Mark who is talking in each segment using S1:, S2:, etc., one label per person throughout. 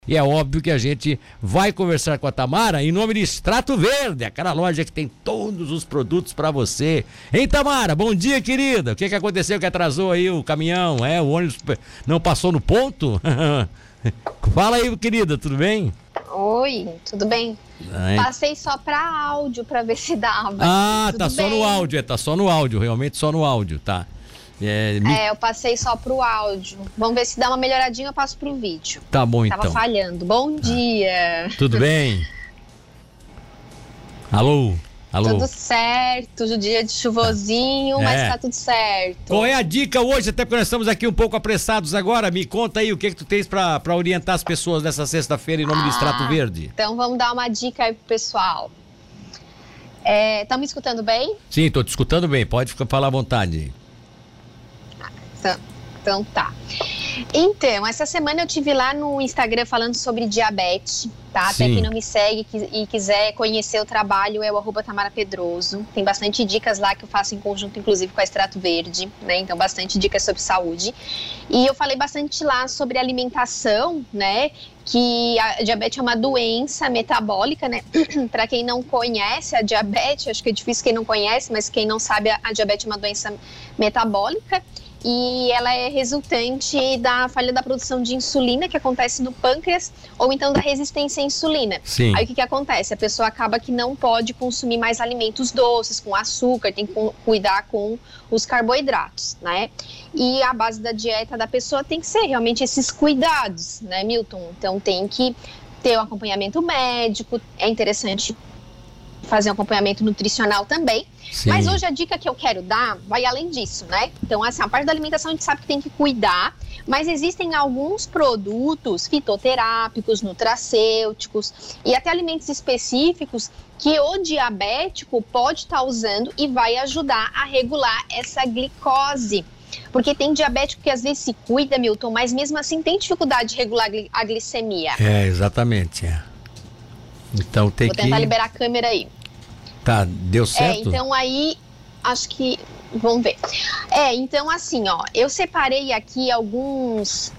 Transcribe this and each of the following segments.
S1: E é óbvio que a gente vai conversar com a Tamara em nome de Extrato Verde, aquela loja que tem todos os produtos para você. Hein, Tamara? Bom dia, querida. O que aconteceu que atrasou aí o caminhão? O ônibus não passou no ponto? Fala aí, querida, tudo bem?
S2: Oi, tudo bem? Passei só para áudio para ver se dava.
S1: Tá só no áudio, tá só no áudio, realmente só no áudio, tá.
S2: Eu passei só pro áudio. Vamos ver se dá uma melhoradinha, eu passo pro vídeo.
S1: Tá bom, então.
S2: Tava falhando. Bom dia.
S1: Tudo bem? Alô?
S2: Tudo certo, dia de chuvosinho, mas tá tudo certo.
S1: Qual é a dica hoje, até porque nós estamos aqui um pouco apressados agora? Me conta aí o que tu tens pra orientar as pessoas nessa sexta-feira em nome do Extrato Verde.
S2: Então vamos dar uma dica aí pro pessoal. Tá me escutando bem?
S1: Sim, tô te escutando bem, pode falar à vontade.
S2: Então tá. Então, essa semana eu tive lá no Instagram falando sobre diabetes, tá? Até quem não me segue e quiser conhecer o trabalho é o @TamaraPedroso. Tem bastante dicas lá que eu faço em conjunto, inclusive com a Extrato Verde, né? Então, bastante dicas sobre saúde. E eu falei bastante lá sobre alimentação, né? Que a diabetes é uma doença metabólica, né? Para quem não conhece a diabetes, acho que é difícil quem não conhece, mas quem não sabe, a diabetes é uma doença metabólica. E ela é resultante da falha da produção de insulina que acontece no pâncreas ou então da resistência à insulina.
S1: Sim.
S2: Aí o que acontece? A pessoa acaba que não pode consumir mais alimentos doces, com açúcar, tem que cuidar com os carboidratos, né? E a base da dieta da pessoa tem que ser realmente esses cuidados, né, Milton? Então tem que ter um acompanhamento médico, é interessante fazer um acompanhamento nutricional também. Sim. Mas hoje a dica que eu quero dar vai além disso, né? Então, assim, a parte da alimentação a gente sabe que tem que cuidar, mas existem alguns produtos fitoterápicos, nutracêuticos e até alimentos específicos que o diabético pode estar usando e vai ajudar a regular essa glicose. Porque tem diabético que às vezes se cuida, Milton, mas mesmo assim tem dificuldade de regular a glicemia.
S1: Exatamente, Então tem que...
S2: Vou tentar liberar a câmera aí.
S1: Tá, deu certo?
S2: Então aí, acho que... Vamos ver. Então assim, eu separei aqui alguns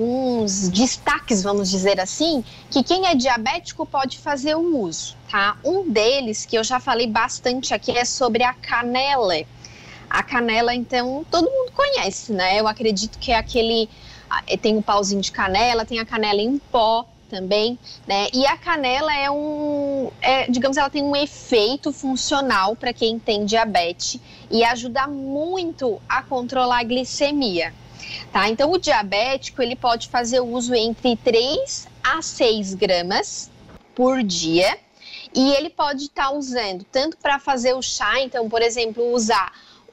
S2: destaques, vamos dizer assim, que quem é diabético pode fazer o uso, tá? Um deles, que eu já falei bastante aqui, é sobre a canela. A canela, então, todo mundo conhece, né? Eu acredito que é aquele... Tem o pauzinho de canela, tem a canela em pó também, né? E a canela digamos, ela tem um efeito funcional para quem tem diabetes e ajuda muito a controlar a glicemia, tá? Então, o diabético, ele pode fazer o uso entre 3 a 6 gramas por dia e ele pode estar usando tanto para fazer o chá, então, por exemplo, usar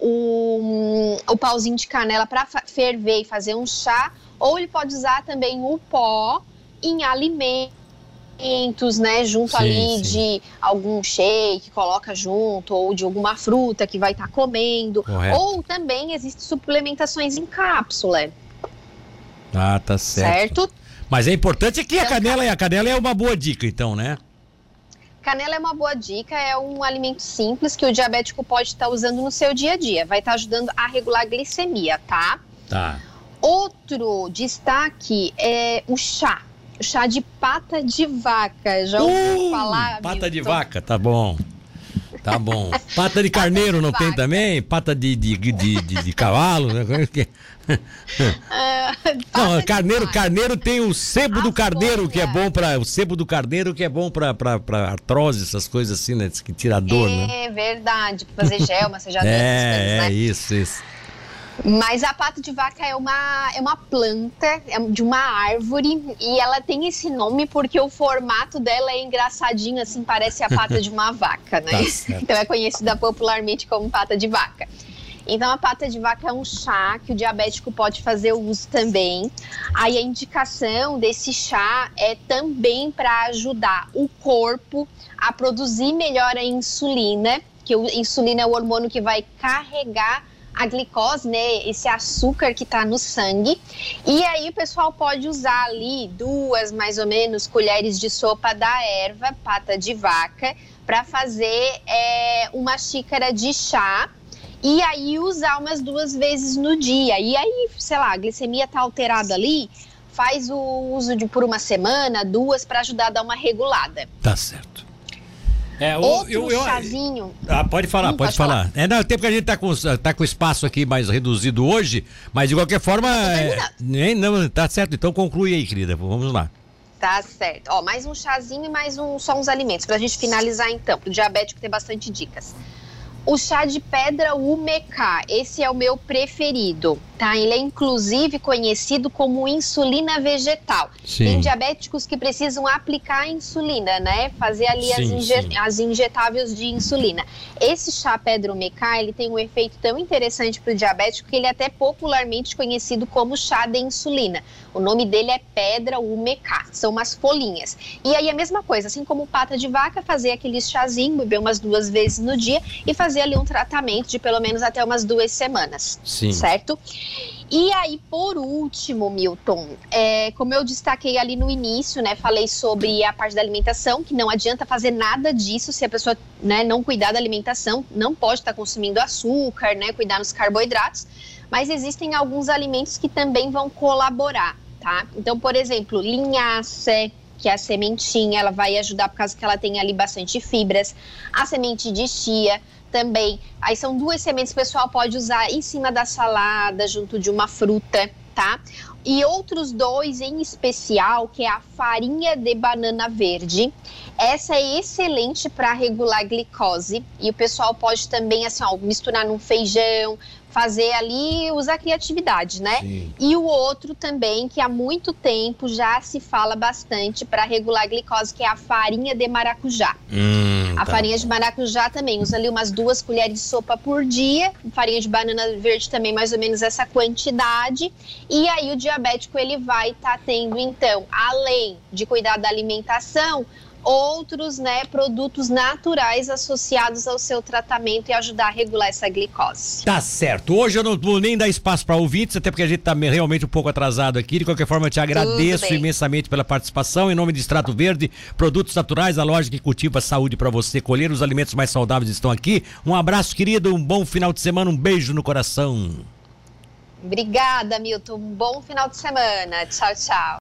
S2: o pauzinho de canela para ferver e fazer um chá, ou ele pode usar também o pó em alimentos, né, junto de algum shake, coloca junto, ou de alguma fruta que vai estar comendo. Correto. Ou também existem suplementações em cápsula.
S1: Tá certo. Mas é importante que a canela é uma boa dica, então, né?
S2: Canela é uma boa dica, é um alimento simples que o diabético pode estar usando no seu dia a dia. Vai estar ajudando a regular a glicemia, tá?
S1: Tá.
S2: Outro destaque é o chá. O chá de pata de vaca. Já ouviu falar?
S1: Pata Milton? De vaca, tá bom. Tá bom. Pata de carneiro não tem também? Pata de cavalo? Né? Não, carneiro tem o sebo do carneiro que é bom para o sebo do carneiro que é bom para artrose, essas coisas assim, né? Que tira dor, né?
S2: É verdade, para fazer gel, massageador, essas coisas, né?
S1: Isso.
S2: Mas a pata de vaca é uma planta, de uma árvore, e ela tem esse nome porque o formato dela é engraçadinho, assim, parece a pata de uma vaca, né? Tá, então é conhecida popularmente como pata de vaca. Então a pata de vaca é um chá que o diabético pode fazer o uso também. Aí a indicação desse chá é também para ajudar o corpo a produzir melhor a insulina, que a insulina é o hormônio que vai carregar a glicose, né, esse açúcar que está no sangue. E aí o pessoal pode usar ali 2, mais ou menos, colheres de sopa da erva, pata de vaca, para fazer uma xícara de chá. E aí usar umas 2 vezes no dia. E aí, sei lá, a glicemia tá alterada ali, faz o uso por uma semana, 2, para ajudar a dar uma regulada.
S1: Tá certo.
S2: Outro chazinho...
S1: Pode falar, pode falar. Não, o tempo que a gente tá com espaço aqui mais reduzido hoje, mas de qualquer forma... não, tá certo, então conclui aí, querida, vamos lá.
S2: Tá certo. Ó, mais um chazinho e só uns alimentos, pra gente finalizar então, pro diabético ter bastante dicas. O chá de pedra Umecá, esse é o meu preferido, tá? Ele é inclusive conhecido como insulina vegetal.
S1: Sim.
S2: Tem diabéticos que precisam aplicar a insulina, né? Fazer ali as injetáveis de insulina. Esse chá pedra Umecá, ele tem um efeito tão interessante para o diabético que ele é até popularmente conhecido como chá de insulina. O nome dele é pedra Umecá, são umas folhinhas. E aí a mesma coisa, assim como pata de vaca, fazer aquele chazinho, beber umas 2 vezes no dia e fazer ali um tratamento de pelo menos até umas 2 semanas.
S1: Sim.
S2: Certo? E aí, por último, Milton, como eu destaquei ali no início, né, falei sobre a parte da alimentação, que não adianta fazer nada disso se a pessoa, né, não cuidar da alimentação, não pode estar consumindo açúcar, né, cuidar nos carboidratos, mas existem alguns alimentos que também vão colaborar, tá? Então, por exemplo, linhaça, que é a sementinha, ela vai ajudar por causa que ela tem ali bastante fibras, a semente de chia também, aí são 2 sementes que o pessoal pode usar em cima da salada, junto de uma fruta, tá? E outros 2 em especial, que é a farinha de banana verde. Essa é excelente para regular a glicose e o pessoal pode também, assim, ó, misturar num feijão, fazer ali, usar criatividade, né?
S1: Sim.
S2: E o outro também, que há muito tempo já se fala bastante para regular a glicose, que é a farinha de maracujá. A farinha de maracujá também, usa ali umas 2 colheres de sopa por dia, farinha de banana verde também mais ou menos essa quantidade, e aí o diabético ele vai estar tendo então, além de cuidar da alimentação, outros, né, produtos naturais associados ao seu tratamento e ajudar a regular essa glicose.
S1: Tá certo. Hoje eu não vou nem dar espaço para ouvintes, até porque a gente tá realmente um pouco atrasado aqui. De qualquer forma, eu te agradeço imensamente pela participação. Em nome de Extrato Verde, produtos naturais, a loja que cultiva a saúde para você colher. Os alimentos mais saudáveis estão aqui. Um abraço, querido, um bom final de semana, um beijo no coração.
S2: Obrigada, Milton. Um bom final de semana. Tchau, tchau.